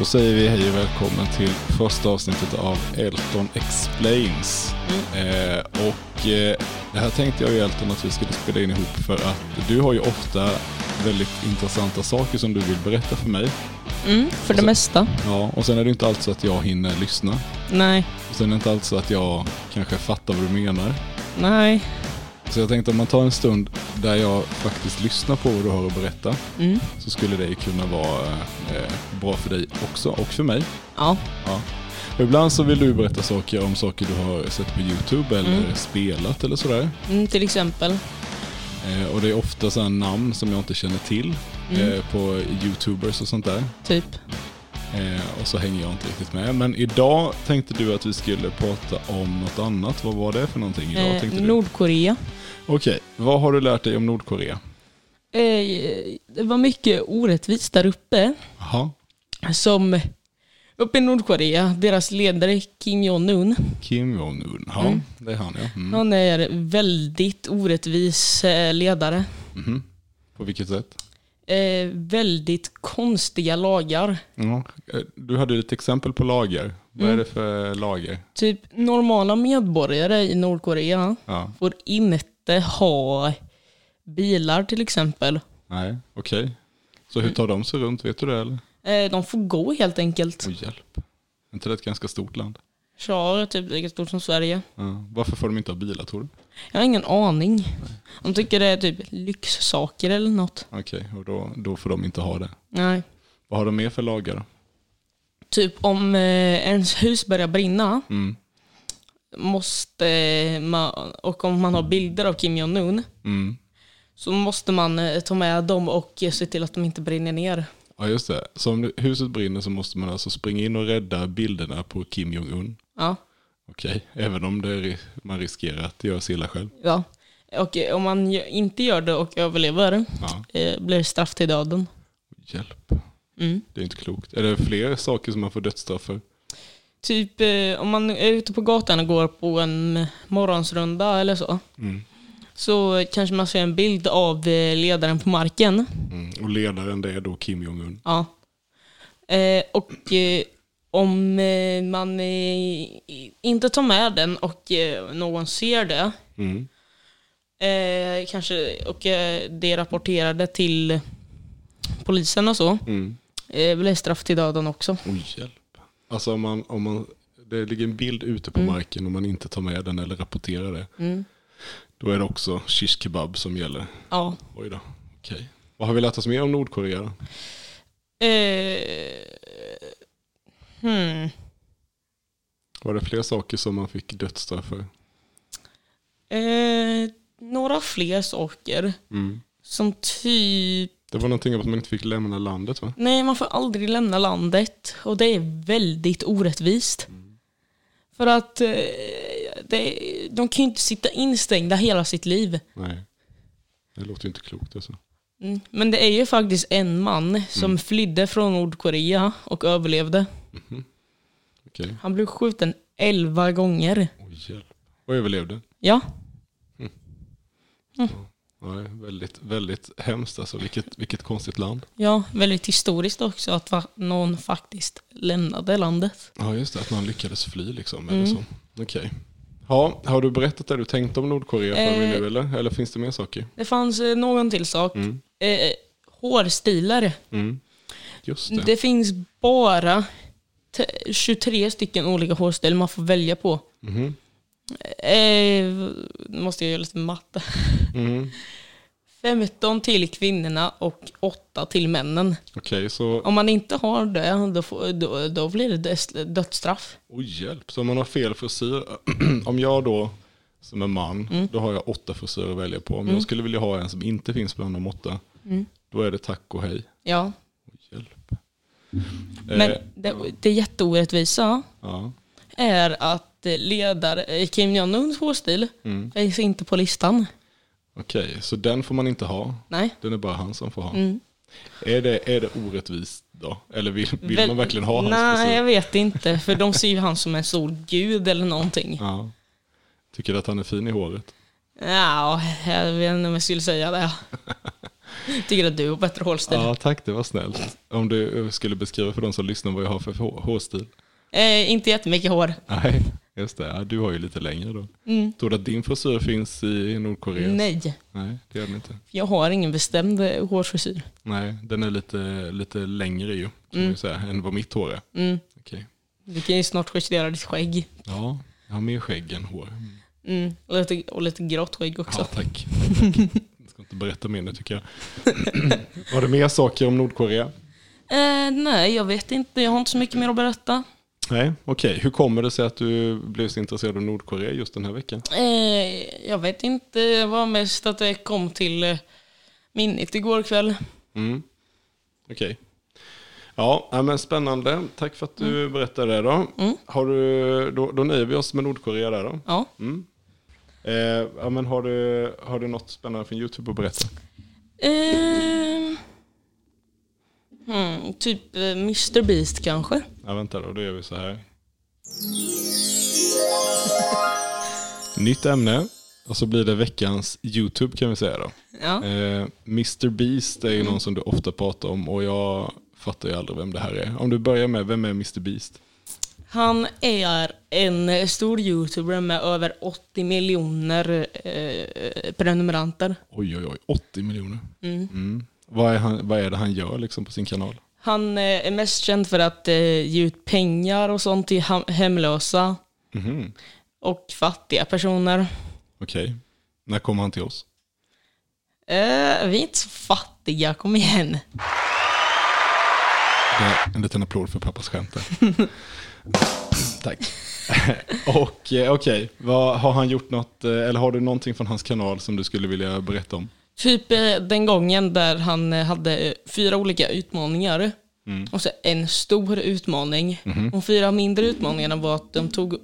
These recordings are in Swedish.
Då säger vi hej och välkommen till första avsnittet av Elton Explains. Det här tänkte jag ju Elton att vi skulle spela in ihop för att du har ju ofta väldigt intressanta saker som du vill berätta för mig. För det mesta. Ja, och sen är det inte alltid så att jag hinner lyssna. Nej. Och sen är det inte alltid så att jag kanske fattar vad du menar. Nej. Så jag tänkte om man tar en stund där jag faktiskt lyssnar på vad du har att berätta så skulle det kunna vara bra för dig också och för mig. Ja. Och ibland så vill du berätta saker om saker du har sett på YouTube eller spelat eller sådär. Till exempel. Och det är ofta sådana namn som jag inte känner till på YouTubers och sånt där. Typ. Och så hänger jag inte riktigt med. Men idag tänkte du att vi skulle prata om något annat. Vad var det för någonting idag tänkte du? Nordkorea. Okej, vad har du lärt dig om Nordkorea? Det var mycket orättvist där uppe. Jaha. Som uppe i Nordkorea, deras ledare Kim Jong-un. Kim Jong-un, ja, det är han, ja. Han är väldigt orättvis ledare. På vilket sätt? Väldigt konstiga lagar. Ja. Du hade ett exempel på lagar. Vad är det för lagar? Typ normala medborgare i Nordkorea får inte ha bilar till exempel. Nej, okej. Så hur tar de sig runt, vet du det eller? De får gå helt enkelt. Hjälp. Är inte det ett ganska stort land? Ja, typ lika stort som Sverige. Ja. Varför får de inte ha bilar, tror du? Jag har ingen aning. De tycker det är typ lyxsaker eller något. Okej, och då får de inte ha det. Nej. Vad har de mer för lagar då? Typ om ens hus börjar brinna måste man, och om man har bilder av Kim Jong-un så måste man ta med dem och se till att de inte brinner ner. Ja, just det. Så om huset brinner så måste man alltså springa in och rädda bilderna på Kim Jong-un? Ja. Okej, även om man riskerar att göra sig illa själv? Ja, och om man inte gör det och överlever blir det straff till döden. Hjälp. Det är inte klokt. Är det fler saker som man får dödsstraff för? Typ om man är ute på gatan och går på en morgonsrunda eller så. Så kanske man ser en bild av ledaren på marken. Och ledaren, det är då Kim Jong-un? Ja. Och om man inte tar med den och någon ser det kanske och det rapporterade till polisen och så blir straff till döden också. Hjälp. Alltså om man det ligger en bild ute på marken och man inte tar med den eller rapporterar det. Då är det också shish kebab som gäller. Ja. Oj då. Okej. Vad har vi lärt oss mer om Nordkorea då? Var det fler saker som man fick dödsstraff för? Några fler saker. Som typ... Det var någonting om att man inte fick lämna landet, va? Nej, man får aldrig lämna landet. Och det är väldigt orättvist. För att de kan ju inte sitta instängda hela sitt liv. Nej, det låter ju inte klokt alltså. Men det är ju faktiskt en man som flydde från Nordkorea och överlevde. Okay. Han blev skjuten 11 gånger. Hjälp. Och överlevde? Ja. Ja, väldigt, väldigt hemskt alltså. Vilket konstigt land. Ja, väldigt historiskt också att någon faktiskt lämnade landet. Ja, just det. Att man lyckades fly liksom. Eller så. Okej. Ja, har du berättat det du tänkte om Nordkorea för mig nu eller? Eller finns det mer saker? Det fanns någon till sak. Hårstilar. Just det. Det finns bara 23 stycken olika hårstilar man får välja på. Måste jag göra lite matte. 15 till kvinnorna och 8 till männen. Okej, så... Om man inte har det, då blir det dödsstraff. Hjälp. Så om man har fel frisyr... om jag då, som är man, då har jag 8 frisyrer att välja på. Om jag skulle vilja ha en som inte finns bland de 8, då är det tack och hej. Ja. Hjälp. Men det jätteorättvisa är att ledare Kim Jong-uns hårstil finns inte på listan. Okej, så den får man inte ha? Nej. Den är bara han som får ha? Är det orättvist då? Eller vill man verkligen ha hans Nej, frisyr? jag vet inte. För de ser ju han som en stor gud eller någonting. Ja. Tycker du att han är fin i håret? Ja, jag vet inte om jag skulle säga det. Tycker att du har bättre hårstil. Ja, tack, det var snällt. Om du skulle beskriva för de som lyssnar vad jag har för hårstil. Inte jättemycket hår. Nej, just det. Ja, du har ju lite längre då. Tror du att din frisyr finns i Nordkorea? Nej. Nej, det gör den inte. Jag har ingen bestämd hårfrisyr. Nej, den är lite längre ju, kan man säga, än vad mitt hår är. Okej. Du kan ju snart justera ditt skägg. Ja, jag har mer skägg än hår. Och lite grått skägg också. Ja, tack. Jag ska inte berätta mer nu, tycker jag. Var det mer saker om Nordkorea? Nej, jag vet inte. Jag har inte så mycket mer att berätta. Nej, okej. Hur kommer det sig att du blev så intresserad av Nordkorea just den här veckan? Jag vet inte. Det var mest att det kom till minnet igår kväll. Okej. Ja, men spännande. Tack för att du berättade det då. Har du, då nöjer vi oss med Nordkorea där då. Ja. Ja, men har du något spännande från YouTube att berätta? Typ Mr. Beast kanske. Ja, vänta då gör vi så här. Nytt ämne. Och så blir det veckans YouTube, kan vi säga då. Ja. Mr. Beast är ju någon som du ofta pratar om, och jag fattar ju aldrig vem det här är. Om du börjar med, vem är Mr. Beast? Han är en stor YouTuber med över 80 miljoner prenumeranter. Oj, 80 miljoner. Vad är det han gör liksom på sin kanal? Han är mest känd för att ge ut pengar och sånt till hemlösa och fattiga personer. Okej. När kommer han till oss? Vi är inte så fattiga, kom igen. En liten applåd för pappas skämt. Tack. Och okej, har han gjort något, eller har du någonting från hans kanal som du skulle vilja berätta om? Typ den gången där han hade 4 olika utmaningar. Och så en stor utmaning. De 4 mindre utmaningarna var att de tog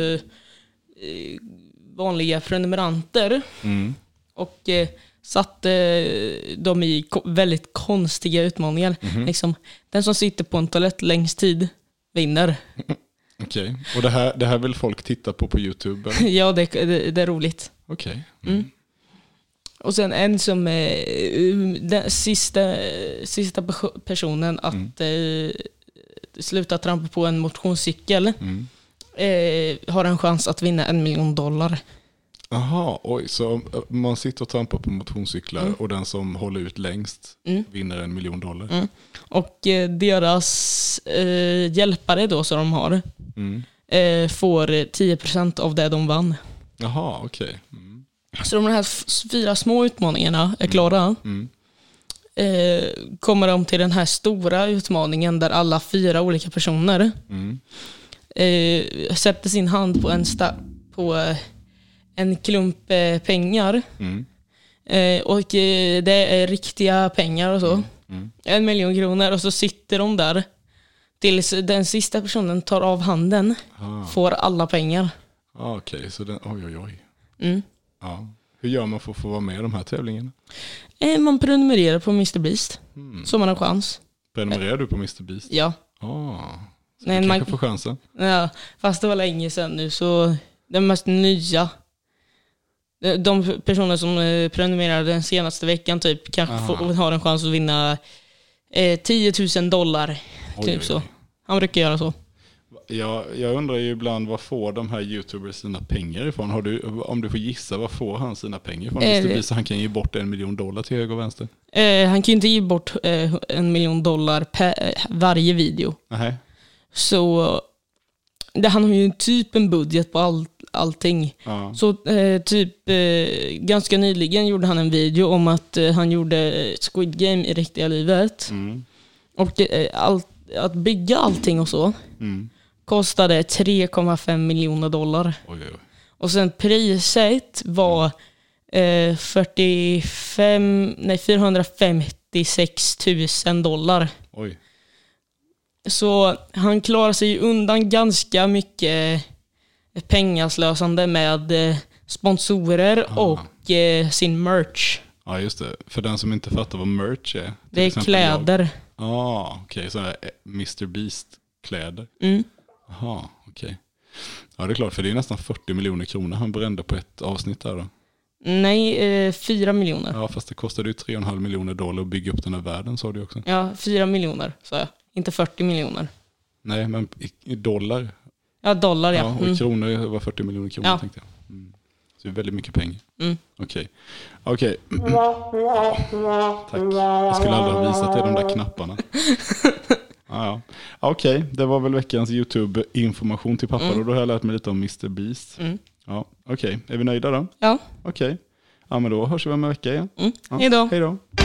vanliga prenumeranter och satte dem i väldigt konstiga utmaningar. Liksom, den som sitter på en toalett längst tid vinner. Okej. Och det här vill folk titta på YouTube? Ja, det är roligt. Okej. Och sen en som den sista personen att sluta trampa på en motionscykel har en chans att vinna $1 million. Aha, oj, så man sitter och trampar på motionscyklar och den som håller ut längst vinner $1 million. Och deras hjälpare då som de har får 10% av det de vann. Jaha, okej. Så de här 4 små utmaningarna är klara. Kommer de till den här stora utmaningen där alla 4 olika personer sätter sin hand på en klump pengar. Och det är riktiga pengar och så. 1 miljon kronor, och så sitter de där tills den sista personen tar av handen, får alla pengar. Okej, så den, oj. Ja. Hur gör man för att få vara med i de här tävlingarna? Man prenumererar på Mr. Beast, så man har chans. Prenumererar du på Mr. Beast? Ja. Så du kanske får chansen. Ja, fast det var länge sedan nu, så det mest nya. De personer som prenumererade den senaste veckan typ kanske har en chans att vinna $10,000. Typ så. Han brukar göra så. Jag undrar ju ibland, vad får de här YouTubers sina pengar ifrån? Om du får gissa, vad får han sina pengar ifrån? Så han kan ge bort $1 million till höger och vänster. Han kan ju inte ge bort $1 million per varje video. Nej. Så han har ju typ en budget på allting. Så ganska nyligen gjorde han en video om att han gjorde Squid Game i riktiga livet. Och att bygga allting och så kostade $3,5 miljoner. Oj. Och sen priset var $456 000. Oj. Så han klarar sig undan ganska mycket pengaslösande med sponsorer och sin merch. Ja, just det. För den som inte fattar vad merch är. Det är kläder. Okej. Så här Mr. Beast-kläder. Jaha, okej. Ja, det är klart. För det är nästan 40 miljoner kronor han brände på ett avsnitt där då. Nej, 4 miljoner. Ja, fast det kostade ju $3,5 miljoner att bygga upp den här världen, sa du också. Ja, 4 miljoner sa jag. Inte 40 miljoner. Nej, men i dollar. Ja, dollar ja. Och i kronor var 40 miljoner kronor, tänkte jag. Så det är väldigt mycket pengar. Okej. Tack. Jag skulle aldrig ha visat er de där knapparna. Okej, det var väl veckans YouTube-information till pappa. Och då har jag lärt mig lite om Mr. Beast. Ja, okej. Är vi nöjda då? Ja. Okej. Ja, men då hörs vi om en vecka igen. Hej då. Hej då.